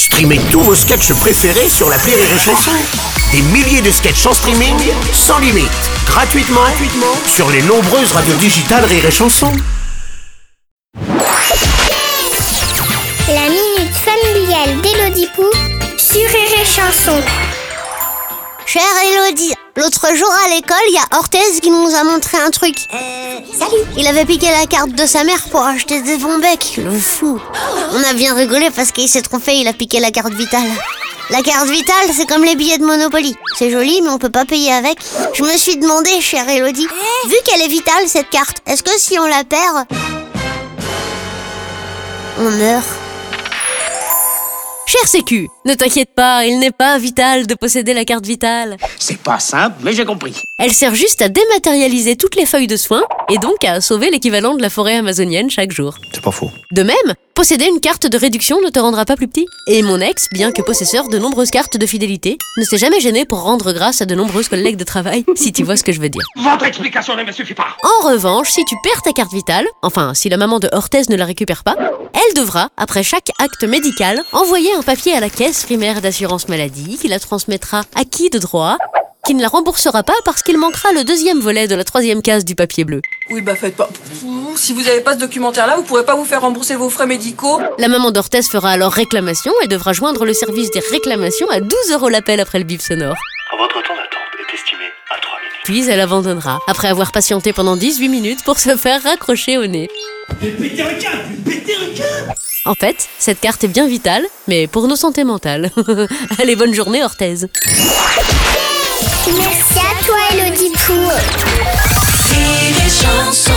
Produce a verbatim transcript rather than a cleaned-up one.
Streamez tous vos sketchs préférés sur l'appli Rire et Chanson. Des milliers de sketchs en streaming, sans limite, gratuitement, gratuitement sur les nombreuses radios digitales Rire et Chanson. La minute familiale d'Élodie Pou sur Rire et Chanson. Chère Élodie, l'autre jour à l'école, il y a Orthez qui nous a montré un truc. Euh, salut. Il avait piqué la carte de sa mère pour acheter des bons becs, le fou. On a bien rigolé parce qu'il s'est trompé, il a piqué la carte vitale. La carte vitale, c'est comme les billets de Monopoly. C'est joli, mais on peut pas payer avec. Je me suis demandé, chère Élodie, vu qu'elle est vitale cette carte, est-ce que si on la perd, on meurt? Cher Sécu, ne t'inquiète pas, il n'est pas vital de posséder la carte vitale. C'est pas simple, mais j'ai compris. Elle sert juste à dématérialiser toutes les feuilles de soins et donc à sauver l'équivalent de la forêt amazonienne chaque jour. C'est pas faux. De même, posséder une carte de réduction ne te rendra pas plus petit. Et mon ex, bien que possesseur de nombreuses cartes de fidélité, ne s'est jamais gêné pour rendre grâce à de nombreuses collègues de travail, si tu vois ce que je veux dire. Votre explication ne me suffit pas. En revanche, si tu perds ta carte vitale, enfin si la maman de Orthez ne la récupère pas, elle devra, après chaque acte médical, envoyer un papier à la caisse primaire d'assurance maladie qui la transmettra à qui de droit, qui ne la remboursera pas parce qu'il manquera le deuxième volet de la troisième case du papier bleu. Oui, bah faites pas. Si vous n'avez pas ce documentaire-là, vous pourrez pas vous faire rembourser vos frais médicaux. La maman d'Orthez fera alors réclamation et devra joindre le service des réclamations à douze euros l'appel après le bip sonore. Votre temps d'attente est estimé à trois minutes. Puis elle abandonnera, après avoir patienté pendant dix-huit minutes pour se faire raccrocher au nez. En fait, cette carte est bien vitale, mais pour nos santé mentale. Allez, bonne journée Orthez. Merci à toi, Élodie Pou. Rire et Chanson.